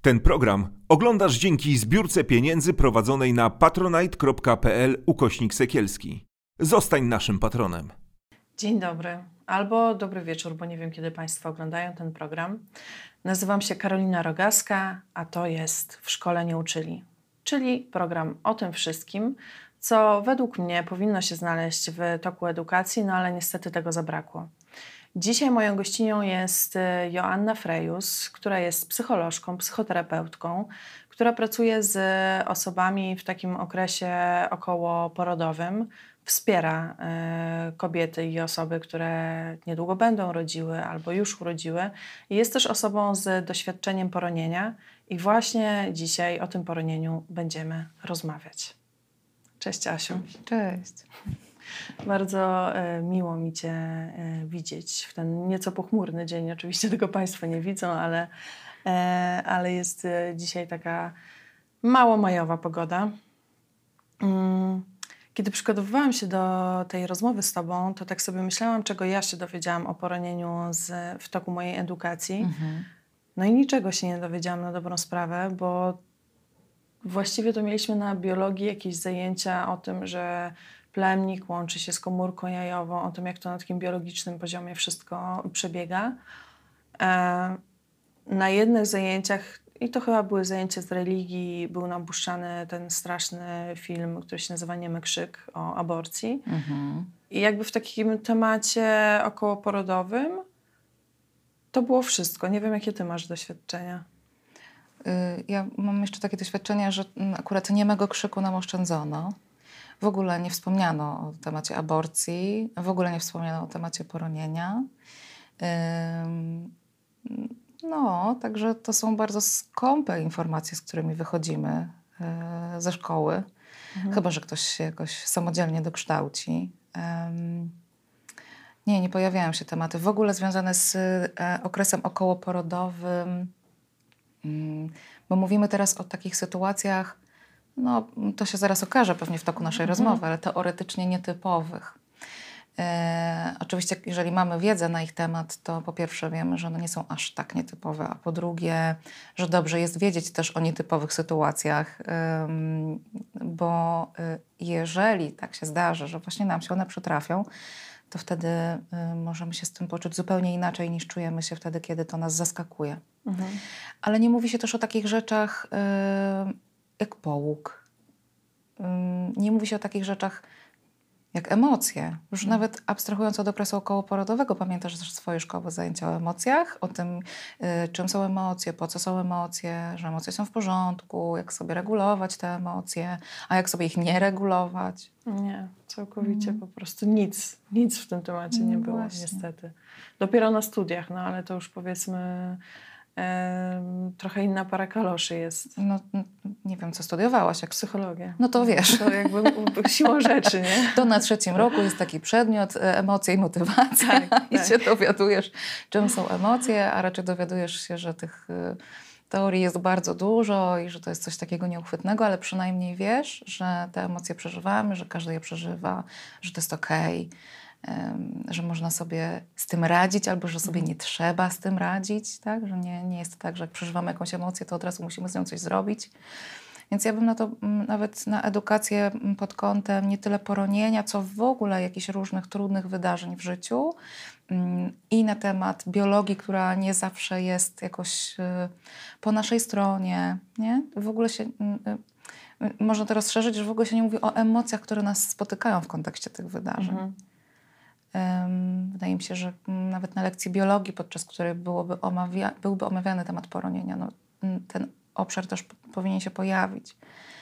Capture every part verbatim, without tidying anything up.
Ten program oglądasz dzięki zbiórce pieniędzy prowadzonej na patronite.pl ukośnik Sekielski. Zostań naszym patronem. Dzień dobry, albo dobry wieczór, bo nie wiem, kiedy Państwo oglądają ten program. Nazywam się Karolina Rogaska, a to jest W Szkole nie uczyli, czyli program o tym wszystkim, co według mnie powinno się znaleźć w toku edukacji, no ale niestety tego zabrakło. Dzisiaj moją gościnią jest Joanna Frejus, która jest psycholożką, psychoterapeutką, która pracuje z osobami w takim okresie okołoporodowym, wspiera y, kobiety i osoby, które niedługo będą rodziły albo już urodziły. I jest też osobą z doświadczeniem poronienia i właśnie dzisiaj o tym poronieniu będziemy rozmawiać. Cześć, Asiu. Cześć. Bardzo y, miło mi Cię y, widzieć w ten nieco pochmurny dzień. Oczywiście tego Państwo nie widzą, ale, y, ale jest y, dzisiaj taka mało majowa pogoda. Y, Kiedy przygotowywałam się do tej rozmowy z Tobą, to tak sobie myślałam, czego ja się dowiedziałam o poronieniu z, w toku mojej edukacji. Mhm. No i niczego się nie dowiedziałam na dobrą sprawę, bo właściwie to mieliśmy na biologii jakieś zajęcia o tym, że plemnik łączy się z komórką jajową, o tym, jak to na takim biologicznym poziomie wszystko przebiega. E, na jednych zajęciach, i to chyba były zajęcia z religii, był nam puszczany ten straszny film, który się nazywa Niemy krzyk, o aborcji. Mhm. I jakby w takim temacie okołoporodowym to było wszystko. Nie wiem, jakie ty masz doświadczenia. Ja mam jeszcze takie doświadczenie, że akurat niemego krzyku nam oszczędzono. W ogóle nie wspomniano o temacie aborcji, w ogóle nie wspomniano o temacie poronienia. No, także to są bardzo skąpe informacje, z którymi wychodzimy ze szkoły. Mhm. Chyba że ktoś się jakoś samodzielnie dokształci. Nie, nie pojawiają się tematy w ogóle związane z okresem okołoporodowym, bo mówimy teraz o takich sytuacjach, no to się zaraz okaże pewnie w toku naszej mhm. rozmowy, ale teoretycznie nietypowych. E, oczywiście, jeżeli mamy wiedzę na ich temat, to po pierwsze wiemy, że one nie są aż tak nietypowe, a po drugie, że dobrze jest wiedzieć też o nietypowych sytuacjach, ym, bo y, jeżeli tak się zdarzy, że właśnie nam się one przytrafią, to wtedy y, możemy się z tym poczuć zupełnie inaczej niż czujemy się wtedy, kiedy to nas zaskakuje. Mhm. Ale nie mówi się też o takich rzeczach y, jak połóg. Y, nie mówi się o takich rzeczach jak emocje. Już hmm. nawet abstrahując od okresu okołoporodowego, pamiętasz też swoje szkoły zajęcia o emocjach, o tym, y, czym są emocje, po co są emocje, że emocje są w porządku, jak sobie regulować te emocje, a jak sobie ich nie regulować. Nie, całkowicie hmm. po prostu nic. Nic w tym temacie nie no było, właśnie. niestety. Dopiero na studiach, no ale to już powiedzmy Um, trochę inna para kaloszy jest. No nie wiem, co studiowałaś. Jak psychologię. No to wiesz. To jakby siłą rzeczy, nie? To na trzecim roku jest taki przedmiot emocje i motywacja. Tak, i tak. się dowiadujesz, czym są emocje, a raczej dowiadujesz się, że tych teorii jest bardzo dużo i że to jest coś takiego nieuchwytnego, ale przynajmniej wiesz, że te emocje przeżywamy, że każdy je przeżywa, że to jest okej. Um, że można sobie z tym radzić, albo że sobie nie trzeba z tym radzić, tak? Że nie, nie jest tak, że jak przeżywamy jakąś emocję, to od razu musimy z nią coś zrobić. Więc ja bym na to nawet na edukację pod kątem nie tyle poronienia, co w ogóle jakichś różnych trudnych wydarzeń w życiu um, i na temat biologii, która nie zawsze jest jakoś y, po naszej stronie, nie? W ogóle się... Y, y, można to rozszerzyć, że w ogóle się nie mówi o emocjach, które nas spotykają w kontekście tych wydarzeń. Mhm. Wydaje mi się, że nawet na lekcji biologii, podczas której byłoby omawia- byłby omawiany temat poronienia, no, ten obszar też p- powinien się pojawić.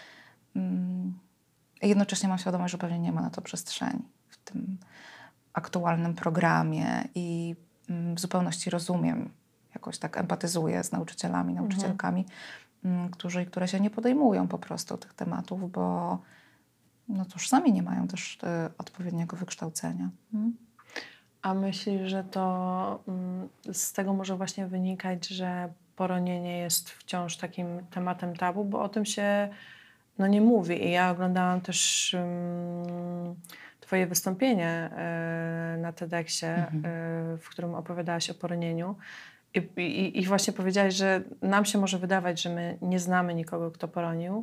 Jednocześnie mam świadomość, że pewnie nie ma na to przestrzeni w tym aktualnym programie i w zupełności rozumiem, jakoś tak empatyzuję z nauczycielami, nauczycielkami, mhm. którzy, które się nie podejmują po prostu tych tematów, bo no to już sami nie mają też y, odpowiedniego wykształcenia. Hmm? A myślisz, że to y, z tego może właśnie wynikać, że poronienie jest wciąż takim tematem tabu, bo o tym się no, nie mówi. I ja oglądałam też y, twoje wystąpienie y, na TEDxie, mhm. y, w którym opowiadałaś o poronieniu. I, i, I właśnie powiedziałaś, że nam się może wydawać, że my nie znamy nikogo, kto poronił.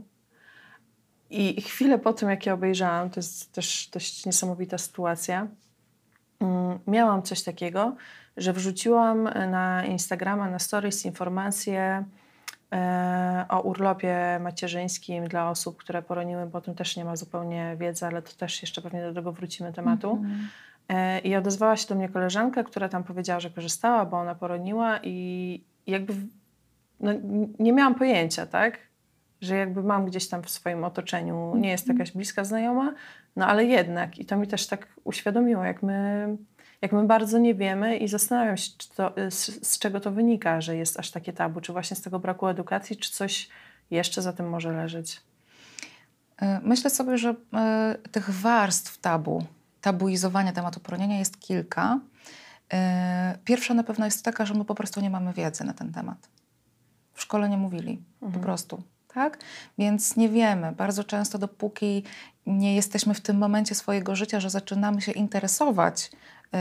I chwilę po tym, jak ja obejrzałam, to jest też dość niesamowita sytuacja, miałam coś takiego, że wrzuciłam na Instagrama, na stories informacje e, o urlopie macierzyńskim dla osób, które poroniły, bo o tym też nie ma zupełnie wiedzy, ale to też jeszcze pewnie do tego wrócimy tematu. Mhm. E, I odezwała się do mnie koleżanka, która tam powiedziała, że korzystała, bo ona poroniła i jakby no, nie miałam pojęcia, tak? Że jakby mam gdzieś tam w swoim otoczeniu, nie jest to jakaś bliska znajoma, no ale jednak. I to mi też tak uświadomiło, jak my, jak my bardzo nie wiemy i zastanawiam się, czy to, z, z czego to wynika, że jest aż takie tabu. Czy właśnie z tego braku edukacji, czy coś jeszcze za tym może leżeć? Myślę sobie, że y, tych warstw tabu, tabuizowania tematu poronienia jest kilka. Y, pierwsza na pewno jest taka, że my po prostu nie mamy wiedzy na ten temat. W szkole nie mówili, mhm. po prostu. Tak? Więc nie wiemy. Bardzo często dopóki nie jesteśmy w tym momencie swojego życia, że zaczynamy się interesować y,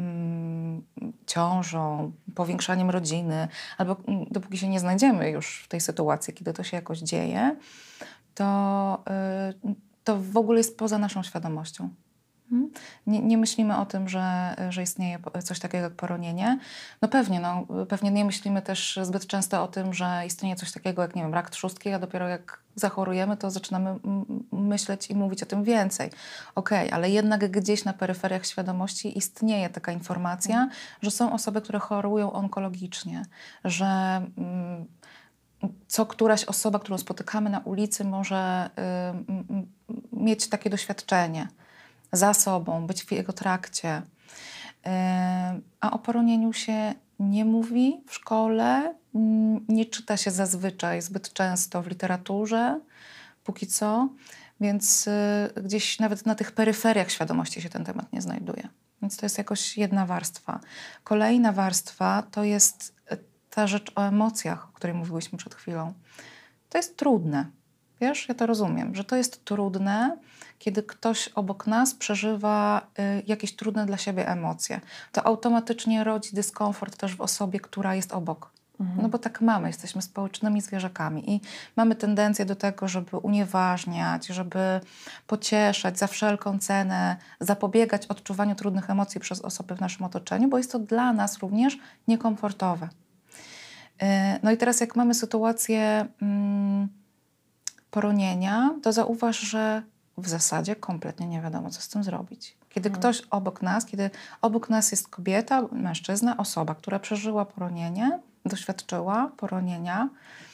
y, ciążą, powiększaniem rodziny, albo y, dopóki się nie znajdziemy już w tej sytuacji, kiedy to się jakoś dzieje, to, y, to w ogóle jest poza naszą świadomością. Nie, nie myślimy o tym, że, że istnieje coś takiego jak poronienie. No pewnie, no, pewnie nie myślimy też zbyt często o tym, że istnieje coś takiego jak, nie wiem, rak trzustki, a dopiero jak zachorujemy, to zaczynamy m- myśleć i mówić o tym więcej. Okej, okay, ale jednak gdzieś na peryferiach świadomości istnieje taka informacja, mm. że są osoby, które chorują onkologicznie, że mm, co któraś osoba, którą spotykamy na ulicy, może y, y, mieć takie doświadczenie za sobą, być w jego trakcie. Yy, a o poronieniu się nie mówi w szkole, yy, nie czyta się zazwyczaj zbyt często w literaturze, póki co, więc yy, gdzieś nawet na tych peryferiach świadomości się ten temat nie znajduje. Więc to jest jakoś jedna warstwa. Kolejna warstwa to jest ta rzecz o emocjach, o której mówiłyśmy przed chwilą. To jest trudne. Wiesz, ja to rozumiem, że to jest trudne, kiedy ktoś obok nas przeżywa y, jakieś trudne dla siebie emocje. To automatycznie rodzi dyskomfort też w osobie, która jest obok. Mhm. No bo tak mamy, jesteśmy społecznymi zwierzakami i mamy tendencję do tego, żeby unieważniać, żeby pocieszać za wszelką cenę, zapobiegać odczuwaniu trudnych emocji przez osoby w naszym otoczeniu, bo jest to dla nas również niekomfortowe. Y, no i teraz jak mamy sytuację mm, poronienia, to zauważ, że w zasadzie kompletnie nie wiadomo, co z tym zrobić. Kiedy hmm. ktoś obok nas, kiedy obok nas jest kobieta, mężczyzna, osoba, która przeżyła poronienie, doświadczyła poronienia,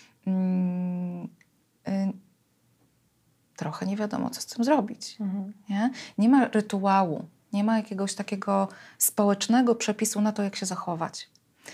mm, y, trochę nie wiadomo, co z tym zrobić. Hmm. Nie? Nie ma rytuału, nie ma jakiegoś takiego społecznego przepisu na to, jak się zachować.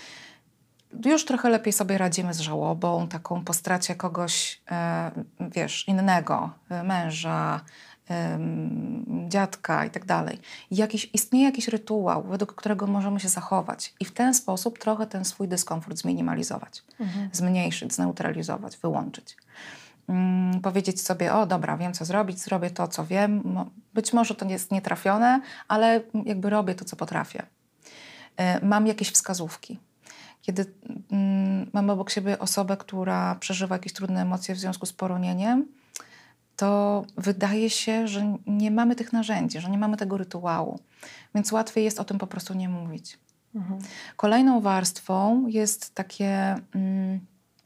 Już trochę lepiej sobie radzimy z żałobą, taką po stracie kogoś, e, wiesz, innego, e, męża, e, dziadka i tak dalej. Jakiś, istnieje jakiś rytuał, według którego możemy się zachować i w ten sposób trochę ten swój dyskomfort zminimalizować, mhm. zmniejszyć, zneutralizować, wyłączyć. Mm, powiedzieć sobie, o dobra, wiem co zrobić, zrobię to, co wiem. Być może to jest nietrafione, ale jakby robię to, co potrafię. E, mam jakieś wskazówki. Kiedy mm, mamy obok siebie osobę, która przeżywa jakieś trudne emocje w związku z poronieniem, to wydaje się, że nie mamy tych narzędzi, że nie mamy tego rytuału. Więc łatwiej jest o tym po prostu nie mówić. Mhm. Kolejną warstwą jest takie mm,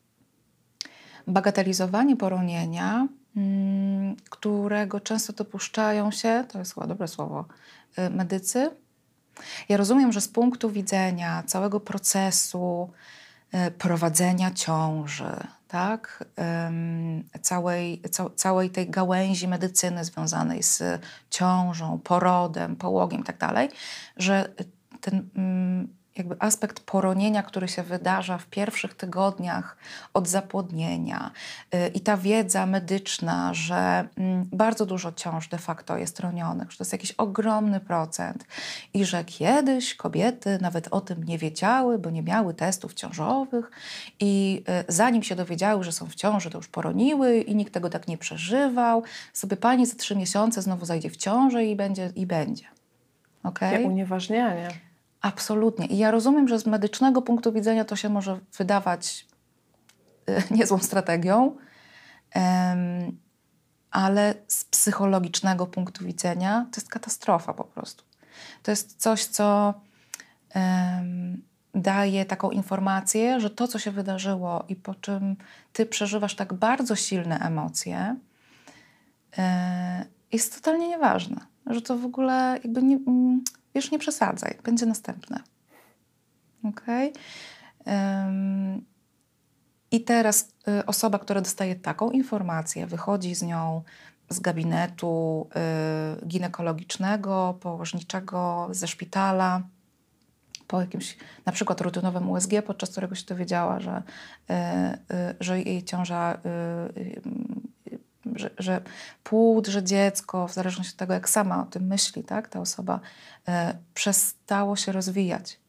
bagatelizowanie poronienia, mm, którego często dopuszczają się, to jest chyba dobre słowo, y, medycy. Ja rozumiem, że z punktu widzenia całego procesu y, prowadzenia ciąży, tak, Ym, całej, ca, całej tej gałęzi medycyny związanej z ciążą, porodem, połogiem i tak dalej, że ten ym, jakby aspekt poronienia, który się wydarza w pierwszych tygodniach od zapłodnienia yy, i ta wiedza medyczna, że yy, bardzo dużo ciąż de facto jest ronionych, że to jest jakiś ogromny procent i że kiedyś kobiety nawet o tym nie wiedziały, bo nie miały testów ciążowych i yy, zanim się dowiedziały, że są w ciąży, to już poroniły i nikt tego tak nie przeżywał. Sobie pani za trzy miesiące znowu zajdzie w ciążę i będzie. I będzie. Okay? Takie unieważnianie. Absolutnie. I ja rozumiem, że z medycznego punktu widzenia to się może wydawać y, niezłą strategią, ym, ale z psychologicznego punktu widzenia to jest katastrofa po prostu. To jest coś, co ym, daje taką informację, że to, co się wydarzyło i po czym ty przeżywasz tak bardzo silne emocje, yy, jest totalnie nieważne. Że to w ogóle jakby nie, wiesz, nie przesadzaj, będzie następne. Okej? Ym, I teraz y, osoba, która dostaje taką informację, wychodzi z nią z gabinetu y, ginekologicznego, położniczego, ze szpitala, po jakimś na przykład rutynowym U S G, podczas którego się dowiedziała, że, y, y, że jej ciąża, y, y, że, że płód, że dziecko, w zależności od tego, jak sama o tym myśli, tak, ta osoba, y, przestało się rozwijać.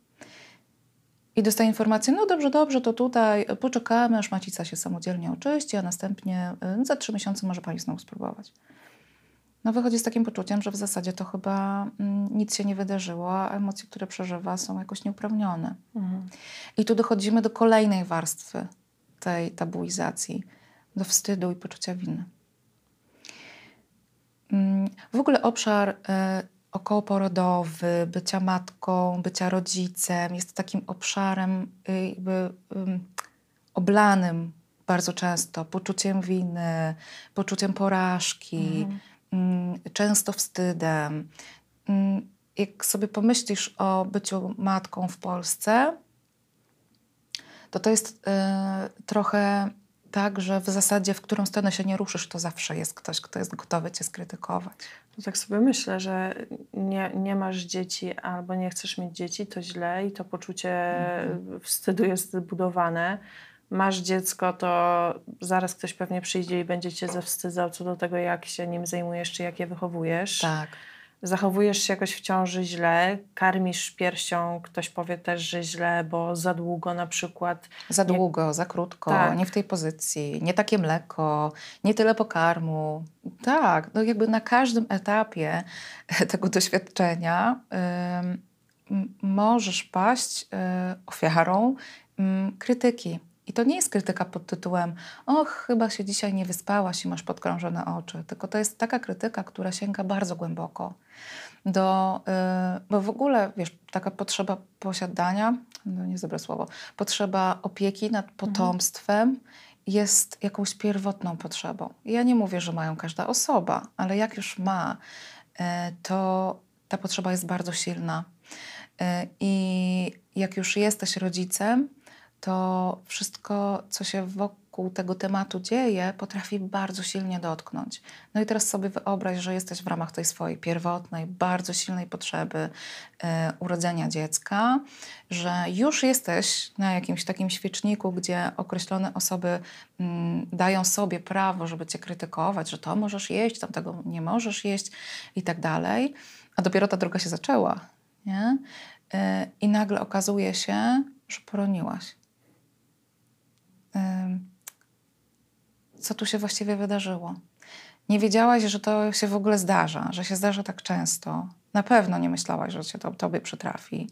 I dostaje informację, no dobrze, dobrze, to tutaj poczekamy, aż macica się samodzielnie oczyści, a następnie y, za trzy miesiące może pani znowu spróbować. No wychodzi z takim poczuciem, że w zasadzie to chyba mm, nic się nie wydarzyło, a emocje, które przeżywa, są jakoś nieuprawnione. Mhm. I tu dochodzimy do kolejnej warstwy tej tabuizacji, do wstydu i poczucia winy. Mm, w ogóle obszar y, okołoporodowy, bycia matką, bycia rodzicem jest takim obszarem y, jakby y, oblanym bardzo często poczuciem winy, poczuciem porażki, mhm. często wstydem. Jak sobie pomyślisz o byciu matką w Polsce, to to jest y, trochę tak, że w zasadzie w którą stronę się nie ruszysz, to zawsze jest ktoś, kto jest gotowy cię skrytykować. No tak sobie myślę, że nie, nie masz dzieci albo nie chcesz mieć dzieci, to źle i to poczucie mhm. wstydu jest budowane. Masz dziecko, to zaraz ktoś pewnie przyjdzie i będzie cię zawstydzał co do tego, jak się nim zajmujesz, czy jak je wychowujesz. Tak. Zachowujesz się jakoś w ciąży źle, karmisz piersią, ktoś powie też, że źle, bo za długo na przykład. Za długo, nie... za krótko, tak. Nie w tej pozycji, nie takie mleko, nie tyle pokarmu. Tak, no jakby na każdym etapie tego doświadczenia y, możesz paść y, ofiarą y, krytyki. I to nie jest krytyka pod tytułem och, chyba się dzisiaj nie wyspałaś i masz podkrążone oczy, tylko to jest taka krytyka, która sięga bardzo głęboko. Do, yy, bo w ogóle, wiesz, taka potrzeba posiadania, no nie jest dobre słowo, potrzeba opieki nad potomstwem mhm. jest jakąś pierwotną potrzebą. I ja nie mówię, że mają każda osoba, ale jak już ma, yy, to ta potrzeba jest bardzo silna. Yy, I jak już jesteś rodzicem, to wszystko, co się wokół tego tematu dzieje, potrafi bardzo silnie dotknąć. No i teraz sobie wyobraź, że jesteś w ramach tej swojej pierwotnej, bardzo silnej potrzeby y, urodzenia dziecka, że już jesteś na jakimś takim świeczniku, gdzie określone osoby y, dają sobie prawo, żeby cię krytykować, że to możesz jeść, tamtego nie możesz jeść i tak dalej, a dopiero ta droga się zaczęła, nie? Y, I nagle okazuje się, że poroniłaś. Co tu się właściwie wydarzyło? Nie wiedziałaś, że to się w ogóle zdarza, że się zdarza tak często. Na pewno nie myślałaś, że się to tobie przytrafi.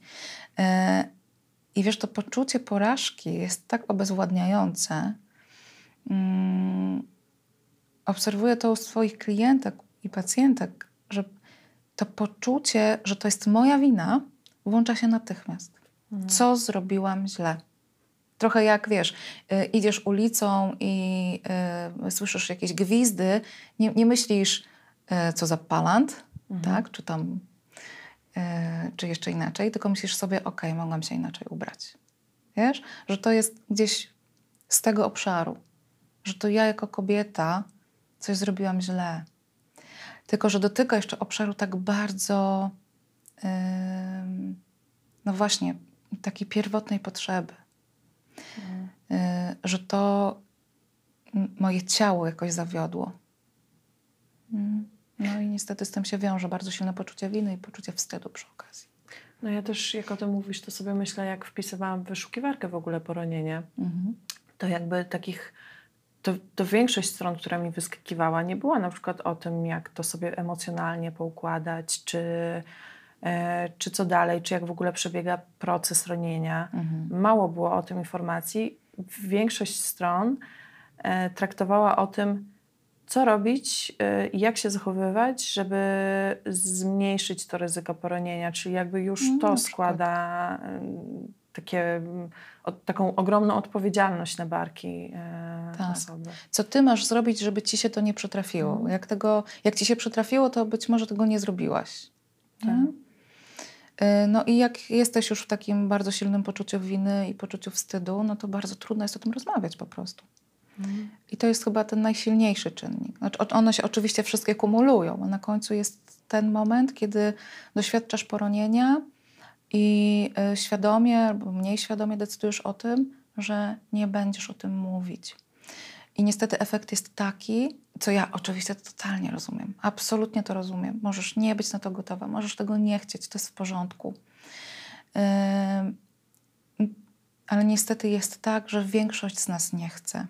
I wiesz, to poczucie porażki jest tak obezwładniające. Obserwuję to u swoich klientek i pacjentek, że to poczucie, że to jest moja wina, włącza się natychmiast. Mhm. Co zrobiłam źle? Trochę jak, wiesz, y, idziesz ulicą i y, słyszysz jakieś gwizdy, nie, nie myślisz, y, co za palant, mhm. tak, czy tam, y, czy jeszcze inaczej, tylko myślisz sobie, okej, okay, mogłam się inaczej ubrać. Wiesz, że to jest gdzieś z tego obszaru, że to ja jako kobieta coś zrobiłam źle. Tylko że dotyka jeszcze obszaru tak bardzo, yy, no właśnie, takiej pierwotnej potrzeby. Mm. Yy, że to moje ciało jakoś zawiodło. Mm. No i niestety z tym się wiąże bardzo silne poczucie winy i poczucie wstydu przy okazji. No ja też, jak o tym mówisz, to sobie myślę, jak wpisywałam w wyszukiwarkę w ogóle poronienie, mm-hmm. to jakby takich, to, to większość stron, która mi wyskakiwała, nie była na przykład o tym, jak to sobie emocjonalnie poukładać, czy e, czy co dalej, czy jak w ogóle przebiega proces ronienia. Mhm. Mało było o tym informacji. Większość stron e, traktowała o tym, co robić e, i jak się zachowywać, żeby zmniejszyć to ryzyko poronienia, czyli jakby już Mm, to na przykład. składa e, takie, m, o, taką ogromną odpowiedzialność na barki e, Tak. osoby. Co ty masz zrobić, żeby ci się to nie przytrafiło? Mhm. Jak, tego, jak ci się przytrafiło, to być może tego nie zrobiłaś. Tak. Nie? Y, No i jak jesteś już w takim bardzo silnym poczuciu winy i poczuciu wstydu, no to bardzo trudno jest o tym rozmawiać po prostu. Mhm. I to jest chyba ten najsilniejszy czynnik. Znaczy, o- one się oczywiście wszystkie kumulują, a na końcu jest ten moment, kiedy doświadczasz poronienia i y, świadomie albo mniej świadomie decydujesz o tym, że nie będziesz o tym mówić. I niestety efekt jest taki, co ja oczywiście totalnie rozumiem. Absolutnie to rozumiem. Możesz nie być na to gotowa, możesz tego nie chcieć, to jest w porządku. Ym, ale niestety jest tak, że większość z nas nie chce.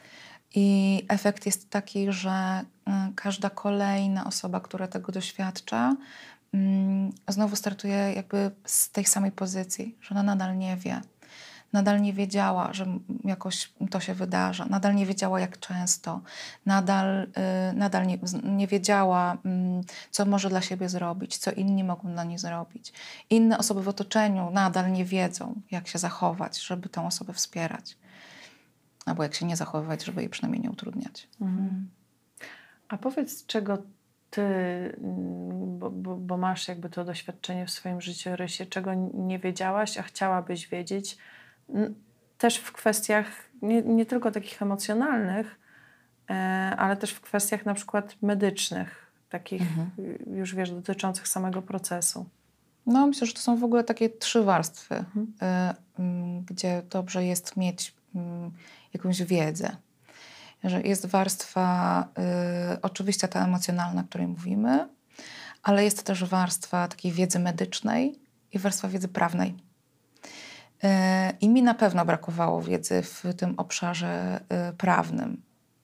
I efekt jest taki, że y, każda kolejna osoba, która tego doświadcza, mm, znowu startuje jakby z tej samej pozycji, że ona nadal nie wie. Nadal nie wiedziała, że m- jakoś to się wydarza. Nadal nie wiedziała, jak często. Nadal, y, nadal nie, z- nie wiedziała, mm, co może dla siebie zrobić, co inni mogą dla niej zrobić. Inne osoby w otoczeniu nadal nie wiedzą, jak się zachować, żeby tę osobę wspierać. Albo jak się nie zachowywać, żeby jej przynajmniej nie utrudniać. Mhm. A powiedz, czego ty, mm, bo, bo, bo masz jakby to doświadczenie w swoim życiorysie, czego nie wiedziałaś, a chciałabyś wiedzieć, n- też w kwestiach nie, nie tylko takich emocjonalnych, e, ale też w kwestiach na przykład medycznych, takich Mhm. y, już wiesz, dotyczących samego procesu. No, myślę, że to są w ogóle takie trzy warstwy, Mhm. y, mm, gdzie dobrze jest mieć mm, jakąś wiedzę. Że jest warstwa y, oczywiście ta emocjonalna, o której mówimy, ale jest też warstwa takiej wiedzy medycznej i warstwa wiedzy prawnej. Y, I mi na pewno brakowało wiedzy w tym obszarze y, prawnym.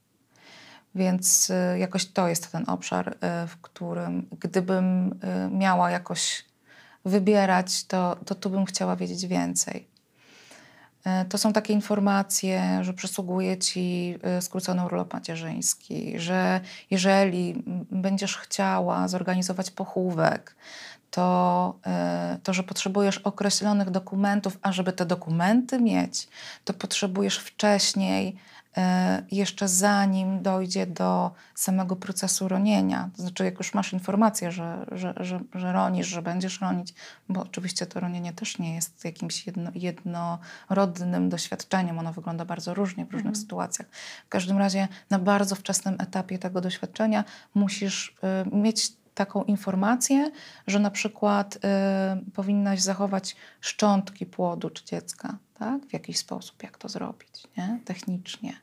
Więc y, jakoś to jest ten obszar, y, w którym gdybym y, miała jakoś wybierać, to, to tu bym chciała wiedzieć więcej. Y, To są takie informacje, że przysługuje ci y, skrócony urlop macierzyński, że jeżeli m, będziesz chciała zorganizować pochówek, to, y, to, że potrzebujesz określonych dokumentów, a żeby te dokumenty mieć, to potrzebujesz wcześniej, y, jeszcze zanim dojdzie do samego procesu ronienia. To znaczy, jak już masz informację, że, że, że, że ronisz, że będziesz ronić, bo oczywiście to ronienie też nie jest jakimś jedno, jednorodnym doświadczeniem. Ono wygląda bardzo różnie w różnych Mhm. sytuacjach. W każdym razie na bardzo wczesnym etapie tego doświadczenia musisz y, mieć taką informację, że na przykład y, powinnaś zachować szczątki płodu czy dziecka, tak? W jakiś sposób, jak to zrobić, nie? Technicznie.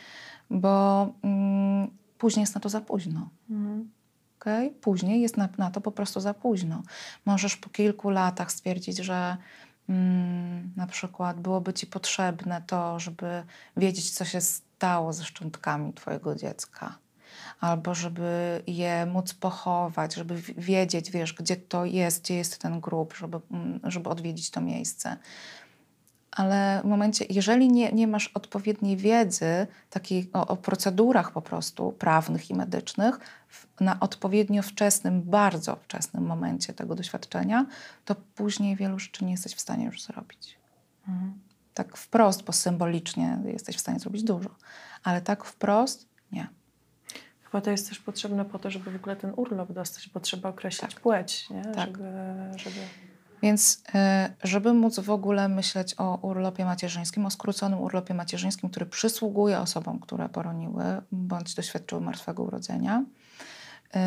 Bo mm, później jest na to za późno. Mhm. Okay? Później jest na, na to po prostu za późno. Możesz po kilku latach stwierdzić, że mm, na przykład byłoby ci potrzebne to, żeby wiedzieć, co się stało ze szczątkami twojego dziecka. Albo żeby je móc pochować, żeby w- wiedzieć, wiesz, gdzie to jest, gdzie jest ten grób, żeby, mm, żeby odwiedzić to miejsce. Ale w momencie, jeżeli nie, nie masz odpowiedniej wiedzy takiej o, o procedurach po prostu prawnych i medycznych w, na odpowiednio wczesnym, bardzo wczesnym momencie tego doświadczenia, to później wielu rzeczy nie jesteś w stanie już zrobić. Mhm. Tak wprost, bo symbolicznie jesteś w stanie zrobić dużo, ale tak wprost nie. Chyba to jest też potrzebne po to, żeby w ogóle ten urlop dostać, bo trzeba określić Tak. płeć, nie? Tak. Żeby, żeby... Więc y, żeby móc w ogóle myśleć o urlopie macierzyńskim, o skróconym urlopie macierzyńskim, który przysługuje osobom, które poroniły bądź doświadczyły martwego urodzenia, y,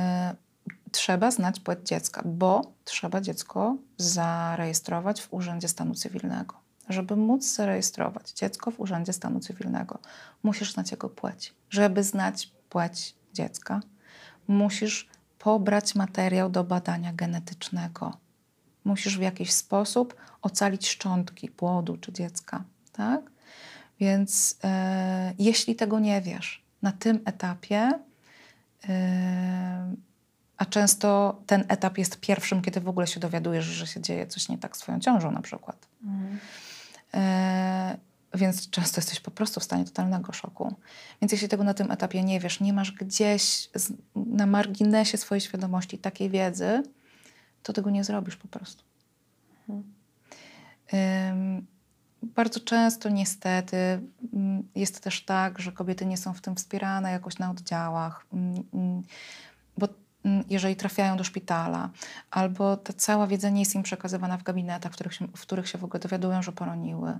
trzeba znać płeć dziecka, bo trzeba dziecko zarejestrować w Urzędzie Stanu Cywilnego. Żeby móc zarejestrować dziecko w Urzędzie Stanu Cywilnego, musisz znać jego płeć. Żeby znać płeć dziecka, musisz pobrać materiał do badania genetycznego. Musisz w jakiś sposób ocalić szczątki płodu czy dziecka, tak? Więc e, jeśli tego nie wiesz na tym etapie, e, A często ten etap jest pierwszym, kiedy w ogóle się dowiadujesz, że się dzieje coś nie tak z twoją ciążą na przykład. Mhm. E, więc często jesteś po prostu w stanie totalnego szoku. Więc jeśli tego na tym etapie nie wiesz, nie masz gdzieś z, na marginesie swojej świadomości takiej wiedzy, to tego nie zrobisz po prostu. Mhm. Ym, bardzo często niestety jest też tak, że kobiety nie są w tym wspierane jakoś na oddziałach, bo jeżeli trafiają do szpitala, albo ta cała wiedza nie jest im przekazywana w gabinetach, w których się, w których się w ogóle dowiadują, że poroniły.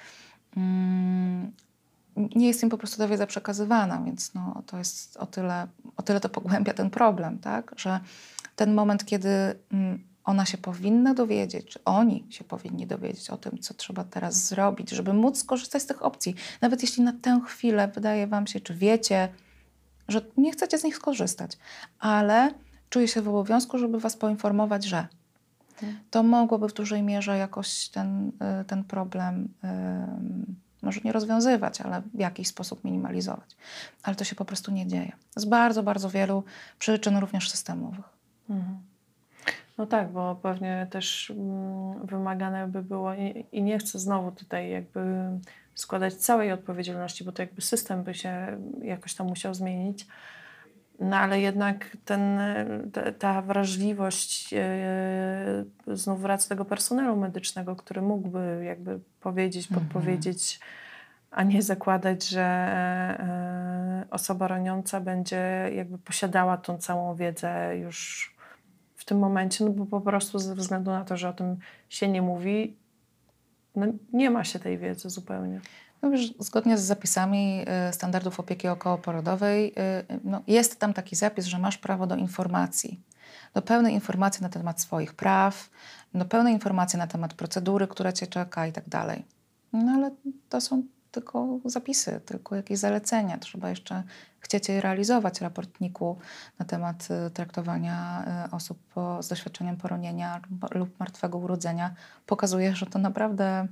Nie jest im po prostu ta wiedza przekazywana, więc no, to jest o tyle, o tyle to pogłębia ten problem, tak? Że ten moment, kiedy ona się powinna dowiedzieć, czy oni się powinni dowiedzieć o tym, co trzeba teraz zrobić, żeby móc skorzystać z tych opcji. Nawet jeśli na tę chwilę wydaje wam się, czy wiecie, że nie chcecie z nich skorzystać, ale czuję się w obowiązku, żeby was poinformować, że to mogłoby w dużej mierze jakoś ten, ten problem yy, może nie rozwiązywać, ale w jakiś sposób minimalizować. Ale to się po prostu nie dzieje. Z bardzo, bardzo wielu przyczyn, również systemowych. Mhm. No tak, bo pewnie też mm, wymagane by było i, i nie chcę znowu tutaj jakby składać całej odpowiedzialności, bo to jakby system by się jakoś tam musiał zmienić. No ale jednak ten, ta, ta wrażliwość, yy, znów wraca do tego personelu medycznego, który mógłby jakby powiedzieć, mhm. podpowiedzieć, a nie zakładać, że yy, osoba roniąca będzie jakby posiadała tą całą wiedzę już w tym momencie, no bo po prostu ze względu na to, że o tym się nie mówi, no nie ma się tej wiedzy zupełnie. No wiesz, zgodnie z zapisami y, standardów opieki okołoporodowej y, no, jest tam taki zapis, że masz prawo do informacji, do pełnej informacji na temat swoich praw, do pełnej informacji na temat procedury, która cię czeka i tak dalej. No ale to są tylko zapisy, tylko jakieś zalecenia. Trzeba jeszcze chcieć je realizować. Raport N I K-u na temat y, traktowania y, osób po, z doświadczeniem poronienia lub, lub martwego urodzenia pokazuje, że to naprawdę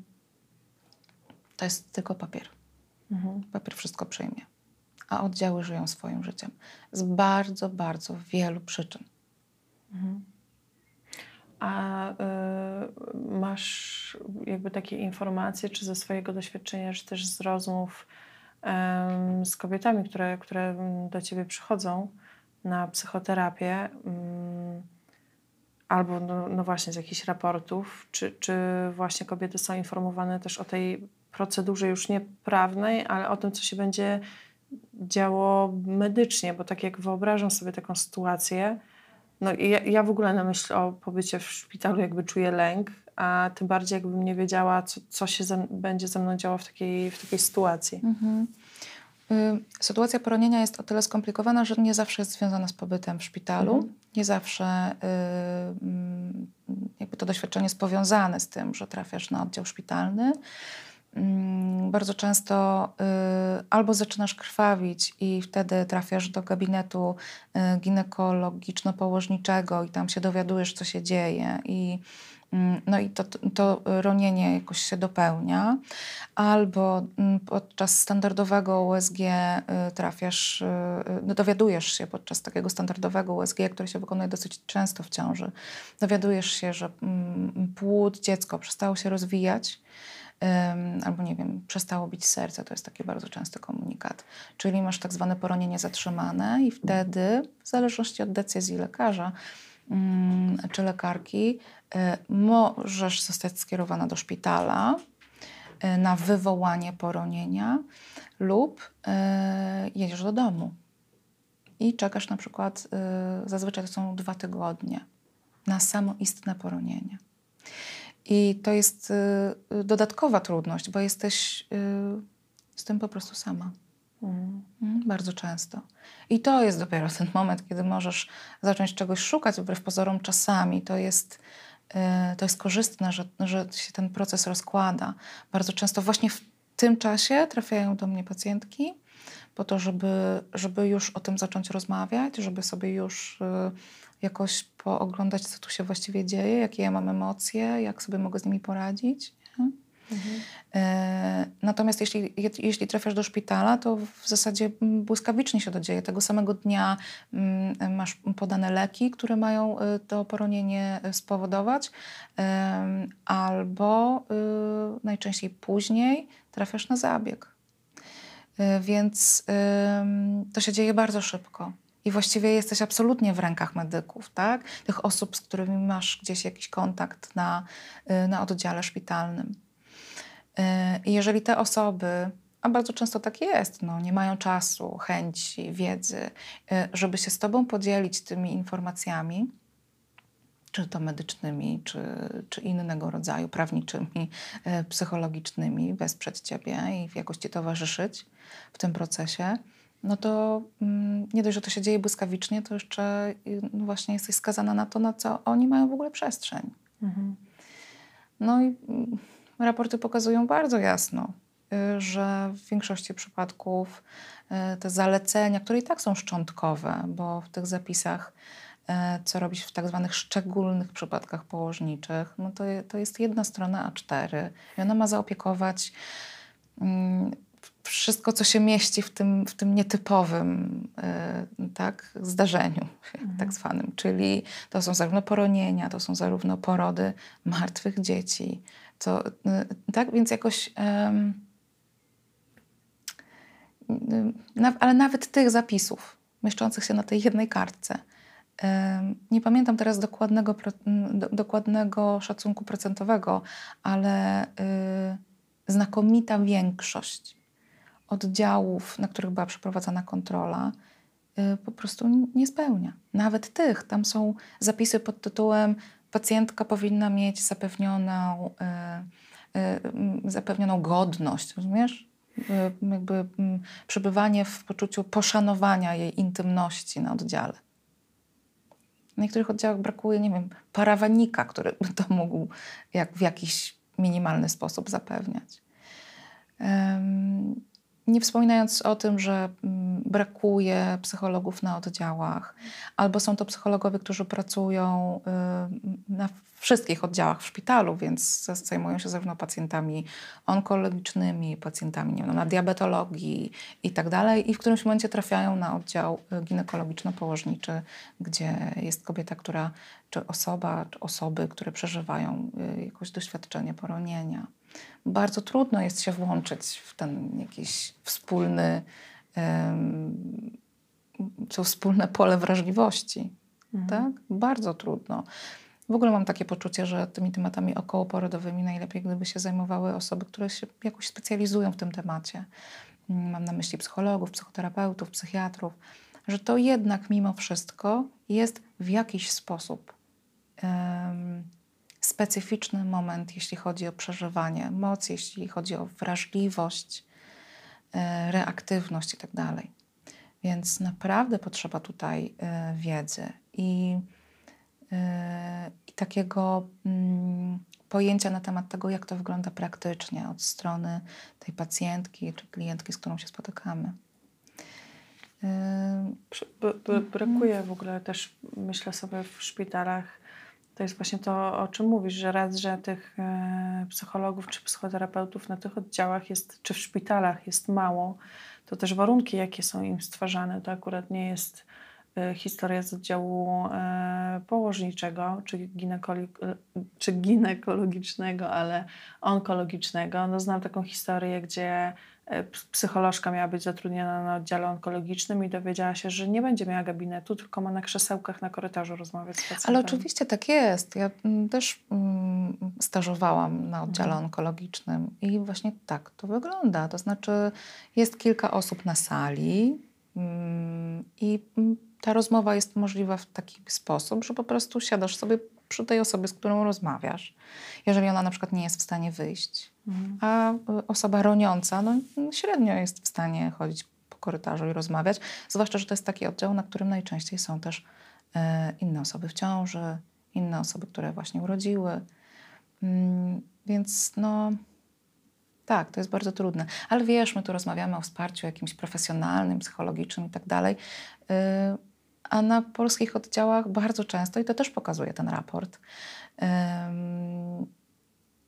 to jest tylko papier. Mhm. Papier wszystko przyjmie. A oddziały żyją swoim życiem. Z bardzo, bardzo wielu przyczyn. Mhm. A y, masz jakby takie informacje, czy ze swojego doświadczenia, czy też z rozmów y, z kobietami, które, które do ciebie przychodzą na psychoterapię, y, albo no, no właśnie z jakichś raportów, czy, czy właśnie kobiety są informowane też o tej procedurze już nie prawnej, ale o tym, co się będzie działo medycznie, bo tak jak wyobrażam sobie taką sytuację, no ja, ja w ogóle na myśl o pobycie w szpitalu jakby czuję lęk, a tym bardziej jakbym nie wiedziała, co, co się ze, będzie ze mną działo w takiej, w takiej sytuacji. Mhm. Y, sytuacja poronienia jest o tyle skomplikowana, że nie zawsze jest związana z pobytem w szpitalu. Mhm. Nie zawsze y, y, jakby to doświadczenie jest powiązane z tym, że trafiasz na oddział szpitalny. Bardzo często y, albo zaczynasz krwawić i wtedy trafiasz do gabinetu y, ginekologiczno-położniczego i tam się dowiadujesz, co się dzieje i, y, no i to, to ronienie jakoś się dopełnia. Albo y, podczas standardowego U S G y, trafiasz, y, no dowiadujesz się podczas takiego standardowego U S G, które się wykonuje dosyć często w ciąży, dowiadujesz się, że y, płód, dziecko przestało się rozwijać, Um, albo nie wiem, przestało bić serce, to jest taki bardzo częsty komunikat. Czyli masz tak zwane poronienie zatrzymane i wtedy, w zależności od decyzji lekarza um, czy lekarki, y, możesz zostać skierowana do szpitala y, na wywołanie poronienia lub y, jedziesz do domu i czekasz na przykład, y, zazwyczaj to są dwa tygodnie, na samoistne poronienie. I to jest y, dodatkowa trudność, bo jesteś y, z tym po prostu sama. Mm. Mm, bardzo często. I to jest dopiero ten moment, kiedy możesz zacząć czegoś szukać, wbrew pozorom czasami. To jest, y, to jest korzystne, że, że się ten proces rozkłada. Bardzo często właśnie w tym czasie trafiają do mnie pacjentki po to, żeby, żeby już o tym zacząć rozmawiać, żeby sobie już y, jakoś pooglądać, co tu się właściwie dzieje, jakie ja mam emocje, jak sobie mogę z nimi poradzić. Nie? Mhm. E, natomiast jeśli, je, jeśli trafiasz do szpitala, to w zasadzie mm, błyskawicznie się to dzieje. Tego samego dnia mm, masz podane leki, które mają y, to poronienie y, spowodować, em, albo y, najczęściej później trafiasz na zabieg. Y, więc ym, to się dzieje bardzo szybko. I właściwie jesteś absolutnie w rękach medyków, tak? Tych osób, z którymi masz gdzieś jakiś kontakt na, y, na oddziale szpitalnym. I jeżeli te osoby, a bardzo często tak jest, no, nie mają czasu, chęci, wiedzy, żeby się z tobą podzielić tymi informacjami, czy to medycznymi, czy, czy innego rodzaju, prawniczymi, psychologicznymi, wesprzeć ciebie i jakoś ci towarzyszyć w tym procesie, no to mm, nie dość, że to się dzieje błyskawicznie, to jeszcze no właśnie jesteś skazana na to, na co oni mają w ogóle przestrzeń. Mhm. No i mm, raporty pokazują bardzo jasno, y, że w większości przypadków y, te zalecenia, które i tak są szczątkowe, bo w tych zapisach, y, co robić w tak zwanych szczególnych przypadkach położniczych, no to, je, to jest jedna strona A cztery i ona ma zaopiekować mm, wszystko, co się mieści w tym, w tym nietypowym y, tak, zdarzeniu, Mhm. tak zwanym. Czyli to są zarówno poronienia, to są zarówno porody martwych dzieci. To, y, tak, więc jakoś... Ym, y, na, ale nawet tych zapisów mieszczących się na tej jednej kartce. Ym, nie pamiętam teraz dokładnego, pro, do, dokładnego szacunku procentowego, ale y, znakomita większość oddziałów, na których była przeprowadzana kontrola, y, po prostu nie spełnia. Nawet tych. Tam są zapisy pod tytułem pacjentka powinna mieć zapewnioną, y, y, zapewnioną godność, rozumiesz? Y, jakby y, przebywanie w poczuciu poszanowania jej intymności na oddziale. W niektórych oddziałach brakuje, nie wiem, parawanika, który by to mógł jak, w jakiś minimalny sposób zapewniać. Um, Nie wspominając o tym, że mm, brakuje psychologów na oddziałach, albo są to psychologowie, którzy pracują y, na wszystkich oddziałach w szpitalu, więc zajmują się zarówno pacjentami onkologicznymi, pacjentami nie wiem, na diabetologii i tak dalej, i w którymś momencie trafiają na oddział ginekologiczno-położniczy, gdzie jest kobieta, która, czy osoba, czy osoby, które przeżywają y, jakieś doświadczenie poronienia. Bardzo trudno jest się włączyć w ten jakiś wspólny, um, to wspólne pole wrażliwości. Mhm. Tak? Bardzo trudno. W ogóle mam takie poczucie, że tymi tematami okołoporodowymi najlepiej, gdyby się zajmowały osoby, które się jakoś specjalizują w tym temacie. Mam na myśli psychologów, psychoterapeutów, psychiatrów, że to jednak mimo wszystko jest w jakiś sposób um, specyficzny moment, jeśli chodzi o przeżywanie emocji, jeśli chodzi o wrażliwość, reaktywność i tak dalej. Więc naprawdę potrzeba tutaj wiedzy i, i takiego mm, pojęcia na temat tego, jak to wygląda praktycznie od strony tej pacjentki czy klientki, z którą się spotykamy. B- b- brakuje w ogóle też, myślę sobie, w szpitalach. To jest właśnie to, o czym mówisz, że raz, że tych e, psychologów czy psychoterapeutów na tych oddziałach jest, czy w szpitalach jest mało, to też warunki, jakie są im stwarzane, to akurat nie jest e, historia z oddziału e, położniczego, czy, ginekoli- e, czy ginekologicznego, ale onkologicznego. No, znam taką historię, gdzie psycholożka miała być zatrudniona na oddziale onkologicznym i dowiedziała się, że nie będzie miała gabinetu, tylko ma na krzesełkach na korytarzu rozmawiać z pacjentem. Ale oczywiście tak jest. Ja m, też mm, stażowałam na oddziale Mhm. onkologicznym i właśnie tak to wygląda. To znaczy jest kilka osób na sali mm, i mm, ta rozmowa jest możliwa w taki sposób, że po prostu siadasz sobie przy tej osobie, z którą rozmawiasz, jeżeli ona na przykład nie jest w stanie wyjść. Mhm. A y, osoba roniąca no, średnio jest w stanie chodzić po korytarzu i rozmawiać. Zwłaszcza, że to jest taki oddział, na którym najczęściej są też y, inne osoby w ciąży, inne osoby, które właśnie urodziły. Mm, więc no tak, to jest bardzo trudne. Ale wiesz, my tu rozmawiamy o wsparciu jakimś profesjonalnym, psychologicznym i tak dalej. Y, A na polskich oddziałach bardzo często, i to też pokazuje ten raport, ym,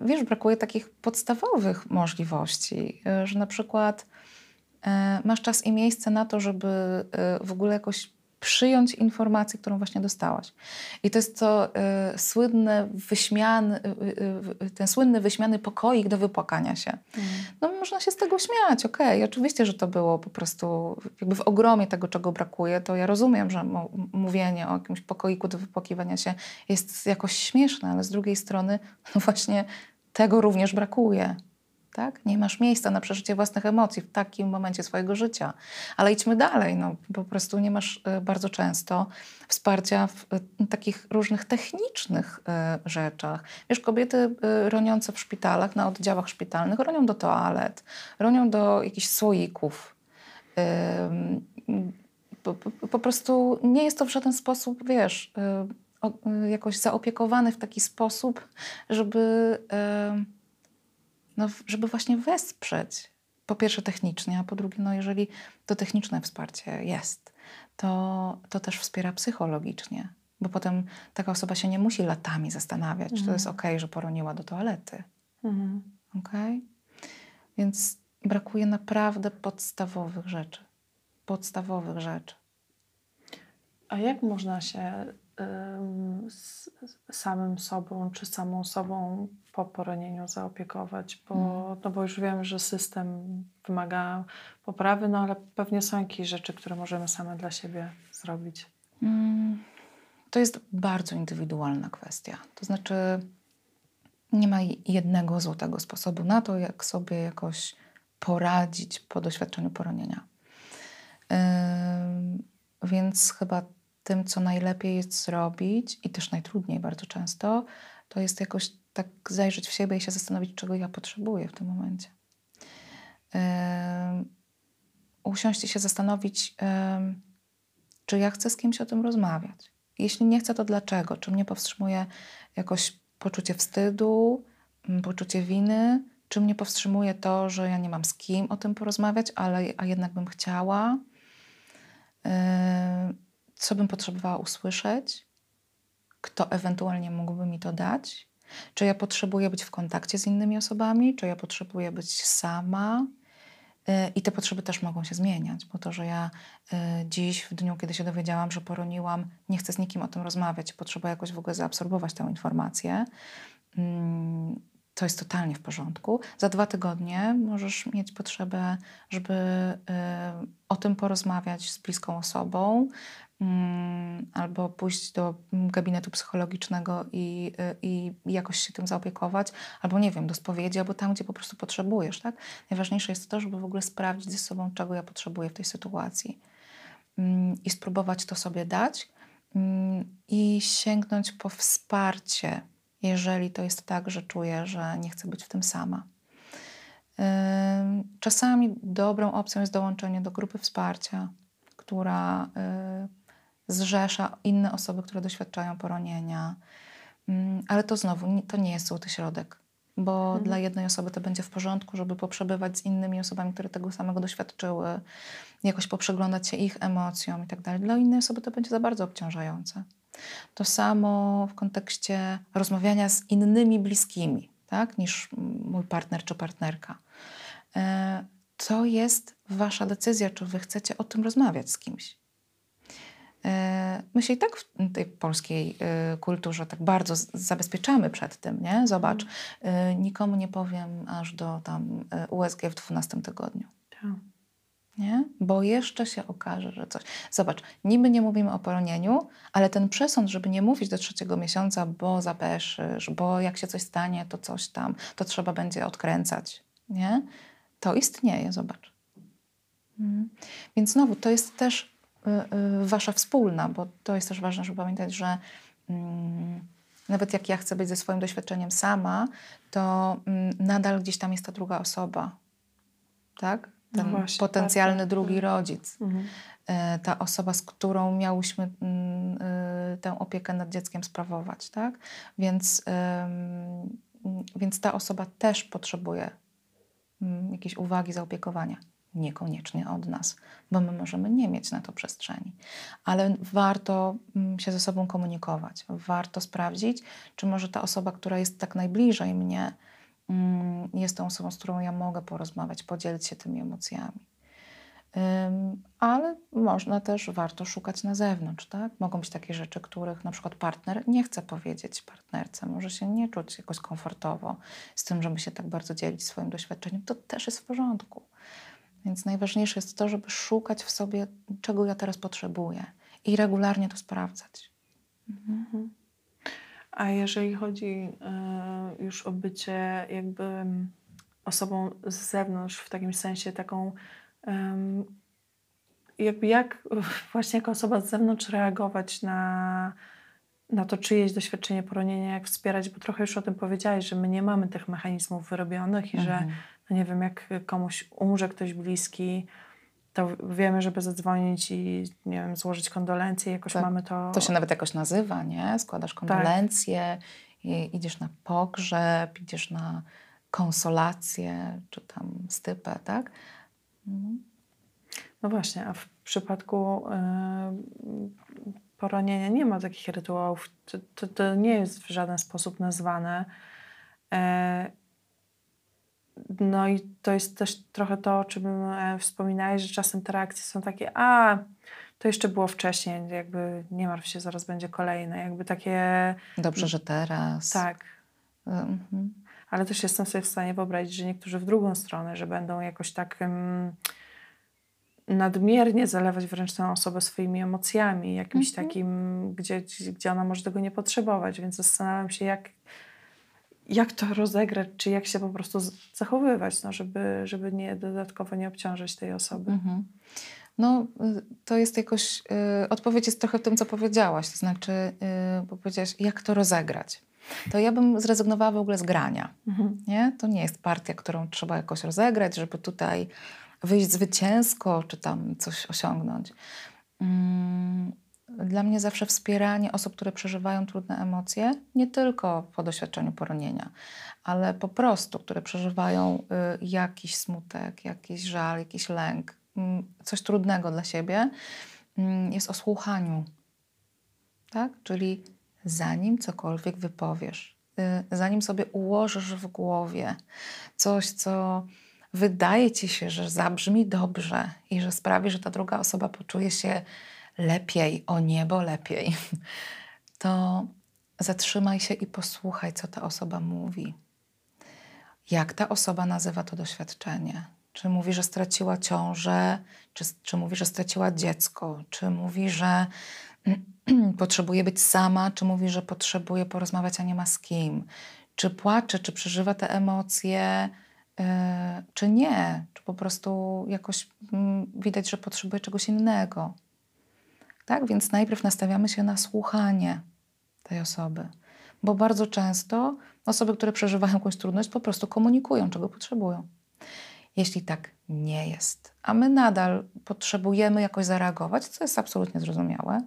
wiesz, brakuje takich podstawowych możliwości, y, że na przykład y, masz czas i miejsce na to, żeby y, w ogóle jakoś przyjąć informację, którą właśnie dostałaś. I to jest to y, słynne wyśmiany, y, y, ten słynny wyśmiany pokoik do wypłakania się. Mm. No można się z tego śmiać, okej, okay. Oczywiście, że to było po prostu jakby w ogromie tego, czego brakuje, to ja rozumiem, że m- mówienie o jakimś pokoiku do wypłakiwania się jest jakoś śmieszne, ale z drugiej strony no właśnie tego również brakuje. Tak? Nie masz miejsca na przeżycie własnych emocji w takim momencie swojego życia. Ale idźmy dalej. No, po prostu nie masz y, bardzo często wsparcia w y, takich różnych technicznych y, rzeczach. Wiesz, kobiety y, roniące w szpitalach, na oddziałach szpitalnych ronią do toalet, ronią do jakichś słoików. Y, po, po, po prostu nie jest to w żaden sposób, wiesz, y, o, y, jakoś zaopiekowany w taki sposób, żeby... Y, No, żeby właśnie wesprzeć, po pierwsze technicznie, a po drugie, no jeżeli to techniczne wsparcie jest, to, to też wspiera psychologicznie, bo potem taka osoba się nie musi latami zastanawiać, mhm. czy to jest okej, że poroniła do toalety. Mhm. Okej? Więc brakuje naprawdę podstawowych rzeczy. Podstawowych rzeczy. A jak można się ym, z, z samym sobą czy samą sobą po poronieniu zaopiekować? Bo, mm. no bo już wiem, że system wymaga poprawy, no ale pewnie są jakieś rzeczy, które możemy same dla siebie zrobić. Mm. To jest bardzo indywidualna kwestia. To znaczy nie ma jednego złotego sposobu na to, jak sobie jakoś poradzić po doświadczeniu poronienia. Yy, więc chyba tym, co najlepiej jest zrobić i też najtrudniej bardzo często, to jest jakoś tak zajrzeć w siebie i się zastanowić, czego ja potrzebuję w tym momencie. Yy, usiąść i się zastanowić, yy, czy ja chcę z kimś o tym rozmawiać. Jeśli nie chcę, to dlaczego? Czy mnie powstrzymuje jakoś poczucie wstydu, poczucie winy? Czy mnie powstrzymuje to, że ja nie mam z kim o tym porozmawiać, ale, a jednak bym chciała? Yy, co bym potrzebowała usłyszeć? Kto ewentualnie mógłby mi to dać? Czy ja potrzebuję być w kontakcie z innymi osobami? Czy ja potrzebuję być sama? Yy, I te potrzeby też mogą się zmieniać, bo to, że ja yy, dziś, w dniu, kiedy się dowiedziałam, że poroniłam, nie chcę z nikim o tym rozmawiać, potrzebuję jakoś w ogóle zaabsorbować tę informację, yy, to jest totalnie w porządku. Za dwa tygodnie możesz mieć potrzebę, żeby y, o tym porozmawiać z bliską osobą y, albo pójść do gabinetu psychologicznego i, y, i jakoś się tym zaopiekować, albo nie wiem, do spowiedzi, albo tam, gdzie po prostu potrzebujesz. Tak? Najważniejsze jest to, żeby w ogóle sprawdzić ze sobą, czego ja potrzebuję w tej sytuacji y, i spróbować to sobie dać y, i sięgnąć po wsparcie, jeżeli to jest tak, że czuję, że nie chcę być w tym sama. Czasami dobrą opcją jest dołączenie do grupy wsparcia, która zrzesza inne osoby, które doświadczają poronienia. Ale to znowu, to nie jest złoty środek, bo mhm. dla jednej osoby to będzie w porządku, żeby poprzebywać z innymi osobami, które tego samego doświadczyły, jakoś poprzyglądać się ich emocjom i tak dalej. Dla innej osoby to będzie za bardzo obciążające. To samo w kontekście rozmawiania z innymi bliskimi, tak, niż mój partner czy partnerka. To jest wasza decyzja, czy wy chcecie o tym rozmawiać z kimś. My się i tak w tej polskiej kulturze tak bardzo zabezpieczamy przed tym, nie? Zobacz, nikomu nie powiem aż do tam U S G w dwunastym tygodniu. Tak. Nie? Bo jeszcze się okaże, że coś... Zobacz, niby nie mówimy o poronieniu, ale ten przesąd, żeby nie mówić do trzeciego miesiąca, bo zapeszysz, bo jak się coś stanie, to coś tam, to trzeba będzie odkręcać. Nie? To istnieje, zobacz. Mhm. Więc znowu, to jest też y, y, wasza wspólna, bo to jest też ważne, żeby pamiętać, że y, nawet jak ja chcę być ze swoim doświadczeniem sama, to y, nadal gdzieś tam jest ta druga osoba. Tak? Ten no właśnie, potencjalny tak, drugi tak. rodzic. Mhm. Ta osoba, z którą miałyśmy tę opiekę nad dzieckiem sprawować. Tak? Więc, więc ta osoba też potrzebuje jakiejś uwagi, zaopiekowania. Niekoniecznie od nas, bo my możemy nie mieć na to przestrzeni. Ale warto się ze sobą komunikować. Warto sprawdzić, czy może ta osoba, która jest tak najbliżej mnie, mm, jest tą osobą, z którą ja mogę porozmawiać, podzielić się tymi emocjami. Ym, ale można też, warto szukać na zewnątrz, tak? Mogą być takie rzeczy, których na przykład partner nie chce powiedzieć partnerce, może się nie czuć jakoś komfortowo z tym, żeby się tak bardzo dzielić swoim doświadczeniem. To też jest w porządku. Więc najważniejsze jest to, żeby szukać w sobie, czego ja teraz potrzebuję i regularnie to sprawdzać. Mhm. A jeżeli chodzi y, już o bycie jakby mm, osobą z zewnątrz, w takim sensie taką, ym, jakby jak właśnie jako osoba z zewnątrz reagować na, na to czyjeś doświadczenie poronienia, jak wspierać, bo trochę już o tym powiedziałaś, że my nie mamy tych mechanizmów wyrobionych i że, Mhm. no nie wiem, jak komuś umrze ktoś bliski, to wiemy, żeby zadzwonić i, nie wiem, złożyć kondolencje, jakoś Tak. mamy to... To się nawet jakoś nazywa, nie? Składasz kondolencje, i idziesz na pogrzeb, idziesz na konsolację, czy tam stypę, tak? Mhm. No właśnie, a w przypadku y, poronienia nie ma takich rytuałów. To, to, to nie jest w żaden sposób nazwane. E, no i to jest też trochę to, o czym e, wspominałeś, że czasem te reakcje są takie, a to jeszcze było wcześniej, jakby nie martw się, zaraz będzie kolejne. Jakby takie... Dobrze, że teraz. Tak. Mhm. Ale też jestem sobie w stanie wyobrazić, że niektórzy w drugą stronę, że będą jakoś tak um, nadmiernie zalewać wręcz tę osobę swoimi emocjami, jakimś Mhm. takim, gdzie, gdzie ona może tego nie potrzebować. Więc zastanawiam się, jak, jak to rozegrać, czy jak się po prostu zachowywać, no, żeby, żeby nie dodatkowo nie obciążyć tej osoby. Mhm. No, y, to jest jakoś, y, odpowiedź jest trochę w tym, co powiedziałaś, to znaczy, y, bo powiedziałaś, jak to rozegrać. To ja bym zrezygnowała w ogóle z grania, Mhm. nie? To nie jest partia, którą trzeba jakoś rozegrać, żeby tutaj wyjść zwycięsko, czy tam coś osiągnąć. Mm, Dla mnie zawsze wspieranie osób, które przeżywają trudne emocje, nie tylko po doświadczeniu poronienia, ale po prostu, które przeżywają y, jakiś smutek, jakiś żal, jakiś lęk, mm, coś trudnego dla siebie, mm, jest o słuchaniu. Tak? Czyli zanim cokolwiek wypowiesz, y, zanim sobie ułożysz w głowie coś, co wydaje ci się, że zabrzmi dobrze i że sprawi, że ta druga osoba poczuje się lepiej, o niebo lepiej, to zatrzymaj się i posłuchaj, co ta osoba mówi. Jak ta osoba nazywa to doświadczenie? Czy mówi, że straciła ciążę, czy, czy mówi, że straciła dziecko, czy mówi, że potrzebuje być sama, czy mówi, że potrzebuje porozmawiać, a nie ma z kim? Czy płacze, czy przeżywa te emocje, yy, czy nie? Czy po prostu jakoś yy, widać, że potrzebuje czegoś innego? Tak? Więc najpierw nastawiamy się na słuchanie tej osoby. Bo bardzo często osoby, które przeżywają jakąś trudność, po prostu komunikują, czego potrzebują. Jeśli tak nie jest, a my nadal potrzebujemy jakoś zareagować, co jest absolutnie zrozumiałe,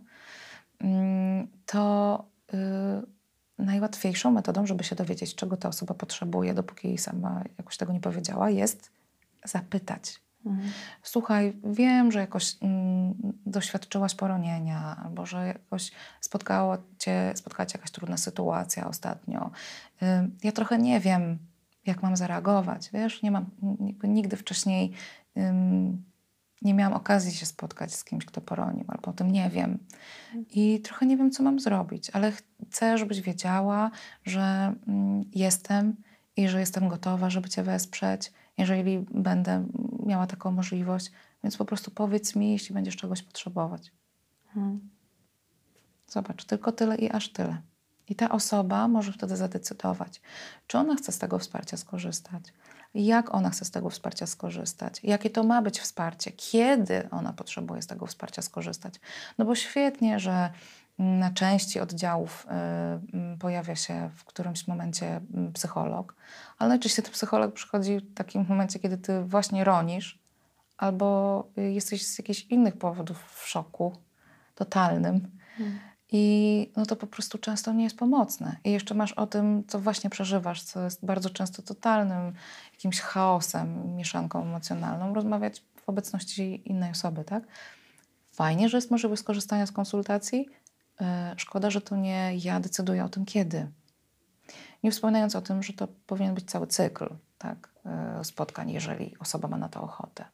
to yy, najłatwiejszą metodą, żeby się dowiedzieć, czego ta osoba potrzebuje, dopóki jej sama jakoś tego nie powiedziała, jest zapytać. Mhm. Słuchaj, wiem, że jakoś mm, doświadczyłaś poronienia, albo że jakoś spotkało cię, spotkała cię jakaś trudna sytuacja ostatnio. Yy, ja trochę nie wiem, jak mam zareagować. Wiesz, nie mam, nigdy wcześniej ym, nie miałam okazji się spotkać z kimś, kto poronił, albo o tym nie wiem. I trochę nie wiem, co mam zrobić, ale chcę, żebyś wiedziała, że mm, jestem i że jestem gotowa, żeby cię wesprzeć, jeżeli będę miała taką możliwość. Więc po prostu powiedz mi, jeśli będziesz czegoś potrzebować. Mhm. Zobacz, tylko tyle i aż tyle. I ta osoba może wtedy zadecydować, czy ona chce z tego wsparcia skorzystać, jak ona chce z tego wsparcia skorzystać, jakie to ma być wsparcie, kiedy ona potrzebuje z tego wsparcia skorzystać. No bo świetnie, że na części oddziałów y, y, pojawia się w którymś momencie y, psycholog, ale najczęściej ten psycholog przychodzi w takim momencie, kiedy ty właśnie ronisz albo y, jesteś z jakichś innych powodów w szoku totalnym. Mhm. I no to po prostu często nie jest pomocne. I jeszcze masz o tym, co właśnie przeżywasz, co jest bardzo często totalnym jakimś chaosem, mieszanką emocjonalną, rozmawiać w obecności innej osoby, tak? Fajnie, że jest możliwość skorzystania z konsultacji. Yy, szkoda, że to nie ja decyduję o tym, kiedy. Nie wspominając o tym, że to powinien być cały cykl, tak, y, spotkań, jeżeli osoba ma na to ochotę.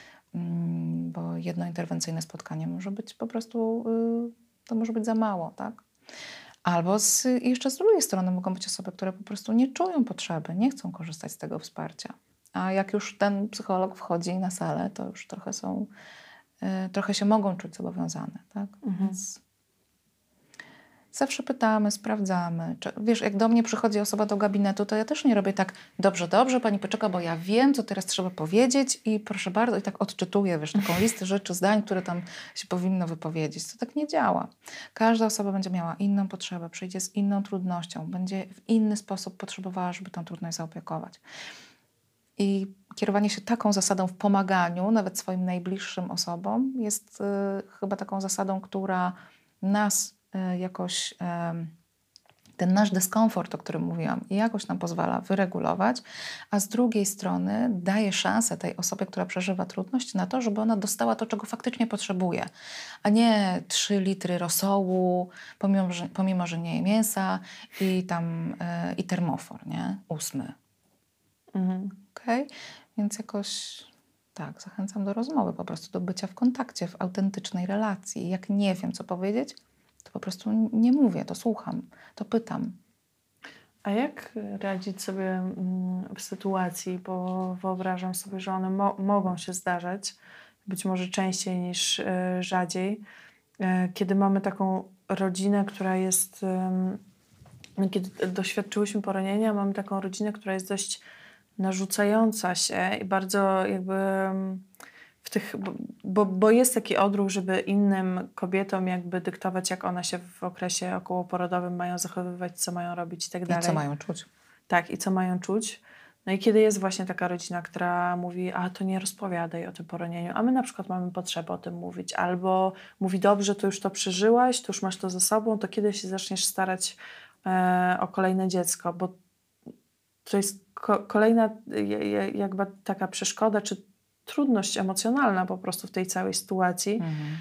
Mm, bo jedno interwencyjne spotkanie może być po prostu, y, to może być za mało, tak? Albo z, jeszcze z drugiej strony mogą być osoby, które po prostu nie czują potrzeby, nie chcą korzystać z tego wsparcia. A jak już ten psycholog wchodzi na salę, to już trochę są, y, trochę się mogą czuć zobowiązane, tak? Mhm. Więc zawsze pytamy, sprawdzamy. Czy, wiesz, jak do mnie przychodzi osoba do gabinetu, to ja też nie robię tak, dobrze, dobrze, pani poczeka, bo ja wiem, co teraz trzeba powiedzieć i proszę bardzo, i tak odczytuję, wiesz, taką listę rzeczy, zdań, które tam się powinno wypowiedzieć. To tak nie działa. Każda osoba będzie miała inną potrzebę, przyjdzie z inną trudnością, będzie w inny sposób potrzebowała, żeby tą trudność zaopiekować. I kierowanie się taką zasadą w pomaganiu, nawet swoim najbliższym osobom, jest y, chyba taką zasadą, która nas y, jakoś, y, ten nasz dyskomfort, o którym mówiłam, jakoś nam pozwala wyregulować, a z drugiej strony daje szansę tej osobie, która przeżywa trudność, na to, żeby ona dostała to, czego faktycznie potrzebuje, a nie trzy litry rosołu, pomimo, że, pomimo, że nie je mięsa i tam y, i termofor, nie? Ósmy. Mhm. Okay? Więc jakoś tak, zachęcam do rozmowy, po prostu do bycia w kontakcie, w autentycznej relacji. Jak nie wiem, co powiedzieć, to po prostu nie mówię, to słucham, to pytam. A jak radzić sobie mm, w sytuacji, bo wyobrażam sobie, że one mo- mogą się zdarzać, być może częściej niż y, rzadziej, y, kiedy mamy taką rodzinę, która jest, y, kiedy doświadczyłyśmy poronienia, mamy taką rodzinę, która jest dość narzucająca się i bardzo jakby w tych, bo, bo, bo jest taki odruch, żeby innym kobietom jakby dyktować, jak one się w okresie okołoporodowym mają zachowywać, co mają robić i tak dalej. I co mają czuć. Tak, i co mają czuć. No i kiedy jest właśnie taka rodzina, która mówi, a to nie rozpowiadaj o tym poronieniu, a my na przykład mamy potrzebę o tym mówić, albo mówi, dobrze, to już to przeżyłaś, to już masz to za sobą, to kiedy się zaczniesz starać e, o kolejne dziecko, bo to jest ko- kolejna jakby taka przeszkoda, czy trudność emocjonalna po prostu w tej całej sytuacji. Mhm.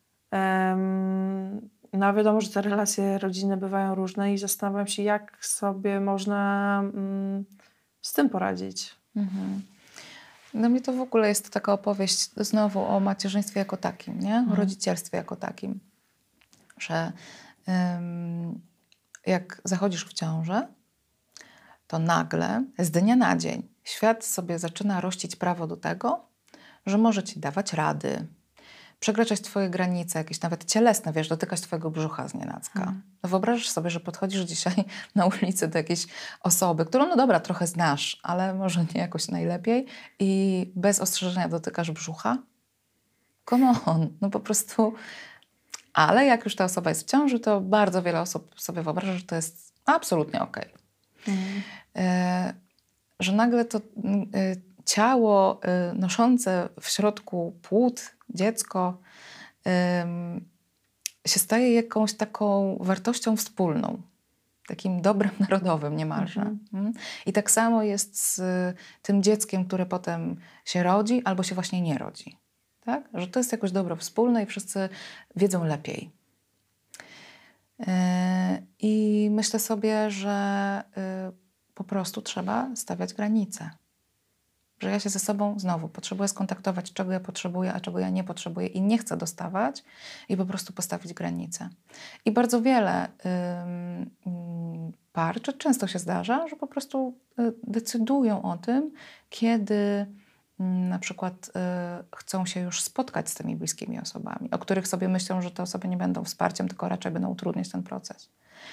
Um, no wiadomo, że te relacje rodzinne bywają różne i zastanawiam się, jak sobie można um, z tym poradzić. Mhm. Dla mnie to w ogóle jest taka opowieść znowu o macierzyństwie jako takim, nie? O Mhm. rodzicielstwie jako takim. Że um, jak zachodzisz w ciążę, to nagle, z dnia na dzień, świat sobie zaczyna rościć prawo do tego, że może ci dawać rady, przekraczać twoje granice, jakieś nawet cielesne, wiesz, dotykać twojego brzucha znienacka. Mhm. No wyobrażasz sobie, że podchodzisz dzisiaj na ulicy do jakiejś osoby, którą, no dobra, trochę znasz, ale może nie jakoś najlepiej i bez ostrzeżenia dotykasz brzucha? Come on, no po prostu... Ale jak już ta osoba jest w ciąży, to bardzo wiele osób sobie wyobraża, że to jest absolutnie okej. Mhm. E, że nagle to e, ciało e, noszące w środku płód, dziecko, e, się staje jakąś taką wartością wspólną, takim dobrem narodowym niemalże. Mhm. Mm. I tak samo jest z tym dzieckiem, które potem się rodzi albo się właśnie nie rodzi. Tak? Że to jest jakoś dobro wspólne i wszyscy wiedzą lepiej. Yy, I myślę sobie, że yy, po prostu trzeba stawiać granice. Że ja się ze sobą znowu potrzebuję skontaktować, czego ja potrzebuję, a czego ja nie potrzebuję i nie chcę dostawać i po prostu postawić granice. I bardzo wiele yy, yy, par, czy często się zdarza, że po prostu yy, decydują o tym, kiedy na przykład y, chcą się już spotkać z tymi bliskimi osobami, o których sobie myślą, że te osoby nie będą wsparciem, tylko raczej będą utrudniać ten proces.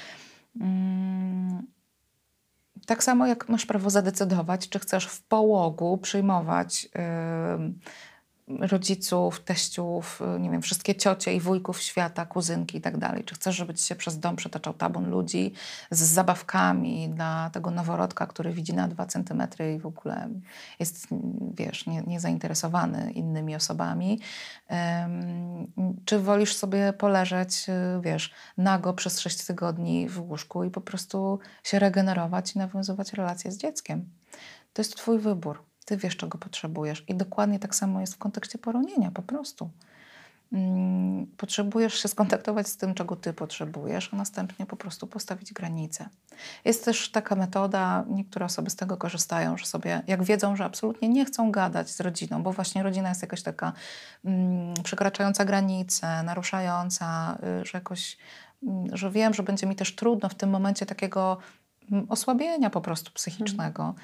Mm, tak samo jak masz prawo zadecydować, czy chcesz w połogu przyjmować y, rodziców, teściów, nie wiem, wszystkie ciocie i wujków świata, kuzynki i tak dalej. Czy chcesz, żeby ci się przez dom przetaczał tabun ludzi z zabawkami dla tego noworodka, który widzi na dwa centymetry i w ogóle jest, wiesz, nie, niezainteresowany innymi osobami. Um, czy wolisz sobie poleżeć, wiesz, nago przez sześć tygodni w łóżku i po prostu się regenerować i nawiązywać relacje z dzieckiem? To jest twój wybór. Ty wiesz, czego potrzebujesz. I dokładnie tak samo jest w kontekście poronienia, po prostu. mm, potrzebujesz się skontaktować z tym, czego ty potrzebujesz, a następnie po prostu postawić granice. Jest też taka metoda, niektóre osoby z tego korzystają, że sobie, jak wiedzą, że absolutnie nie chcą gadać z rodziną, bo właśnie rodzina jest jakaś taka mm, przekraczająca granice, naruszająca, y, że jakoś, mm, że wiem, że będzie mi też trudno w tym momencie takiego osłabienia po prostu psychicznego,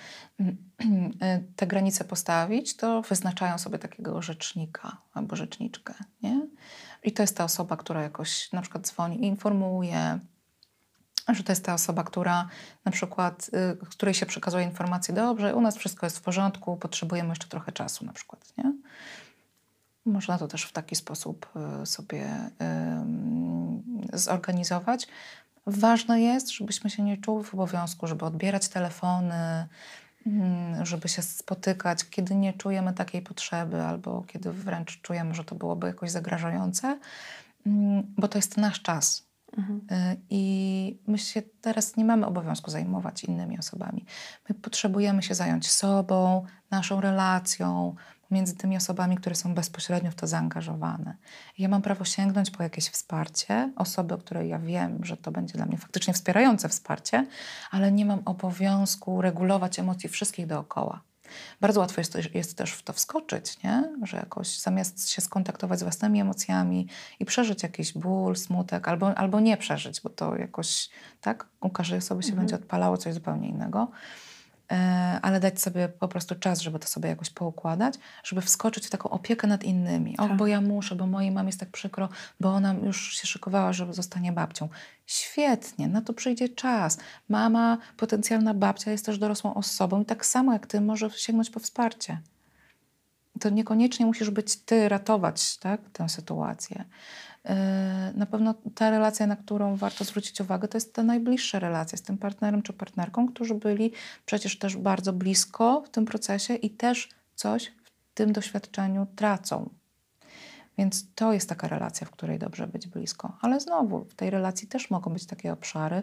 te granice postawić, to wyznaczają sobie takiego rzecznika albo rzeczniczkę, nie? I to jest ta osoba, która jakoś na przykład dzwoni i informuje, że to jest ta osoba, która na przykład, y, której się przekazuje informacje, dobrze, u nas wszystko jest w porządku, potrzebujemy jeszcze trochę czasu na przykład, nie? Można to też w taki sposób y, sobie y, zorganizować. Ważne jest, żebyśmy się nie czuły w obowiązku, żeby odbierać telefony, żeby się spotykać, kiedy nie czujemy takiej potrzeby albo kiedy wręcz czujemy, że to byłoby jakoś zagrażające, bo to jest nasz czas. Mhm. I my się teraz nie mamy obowiązku zajmować innymi osobami. My potrzebujemy się zająć sobą, naszą relacją, między tymi osobami, które są bezpośrednio w to zaangażowane. Ja mam prawo sięgnąć po jakieś wsparcie, osoby, o której ja wiem, że to będzie dla mnie faktycznie wspierające wsparcie, ale nie mam obowiązku regulować emocji wszystkich dookoła. Bardzo łatwo jest, jest też w to wskoczyć, nie? Że jakoś zamiast się skontaktować z własnymi emocjami i przeżyć jakiś ból, smutek, albo, albo nie przeżyć, bo to jakoś, tak, u każdej osoby się mhm. będzie odpalało coś zupełnie innego, ale dać sobie po prostu czas, żeby to sobie jakoś poukładać, żeby wskoczyć w taką opiekę nad innymi. O, tak. Bo ja muszę, bo mojej mamie jest tak przykro, bo ona już się szykowała, że zostanie babcią. Świetnie, na to przyjdzie czas. Mama, potencjalna babcia jest też dorosłą osobą i tak samo jak ty może sięgnąć po wsparcie. To niekoniecznie musisz być ty, ratować, tak, tę sytuację. Na pewno ta relacja, na którą warto zwrócić uwagę, to jest ta najbliższa relacja z tym partnerem czy partnerką, którzy byli przecież też bardzo blisko w tym procesie i też coś w tym doświadczeniu tracą. Więc to jest taka relacja, w której dobrze być blisko. Ale znowu, w tej relacji też mogą być takie obszary,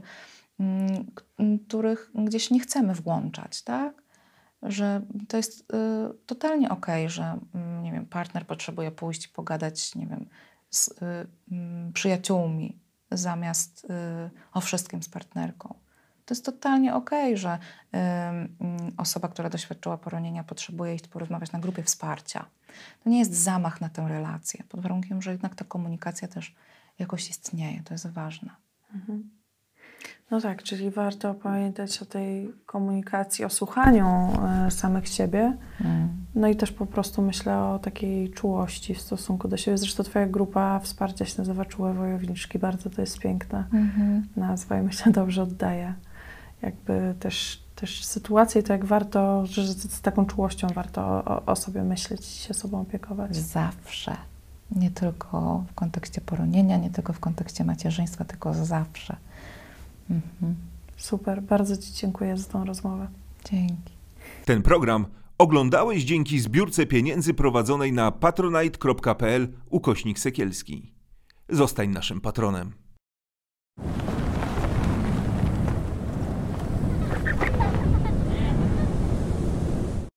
których gdzieś nie chcemy włączać, tak? Że to jest y, totalnie okej, że y, nie wiem, partner potrzebuje pójść i pogadać, nie wiem, z y, y, przyjaciółmi zamiast y, o wszystkim z partnerką. To jest totalnie okej, że y, y, osoba, która doświadczyła poronienia, potrzebuje iść porozmawiać na grupie wsparcia. To nie jest zamach na tę relację, pod warunkiem, że jednak ta komunikacja też jakoś istnieje. To jest ważne. Mhm. No tak, czyli warto pamiętać o tej komunikacji, o słuchaniu y, samych siebie. Mm. No i też po prostu myślę o takiej czułości w stosunku do siebie. Zresztą twoja grupa wsparcia się nazywa Czułe Wojowniczki. Bardzo to jest piękna mm-hmm. nazwa i myślę, dobrze oddaje. Jakby też, też sytuację, to jak warto, że z taką czułością warto o, o sobie myśleć i się sobą opiekować. Zawsze. Nie tylko w kontekście poronienia, nie tylko w kontekście macierzyństwa, tylko zawsze. Mhm. Super, bardzo ci dziękuję za tą rozmowę. Dzięki. Ten program oglądałeś dzięki zbiórce pieniędzy prowadzonej na patronite kropka pl ukośnik Sekielski. Zostań naszym patronem.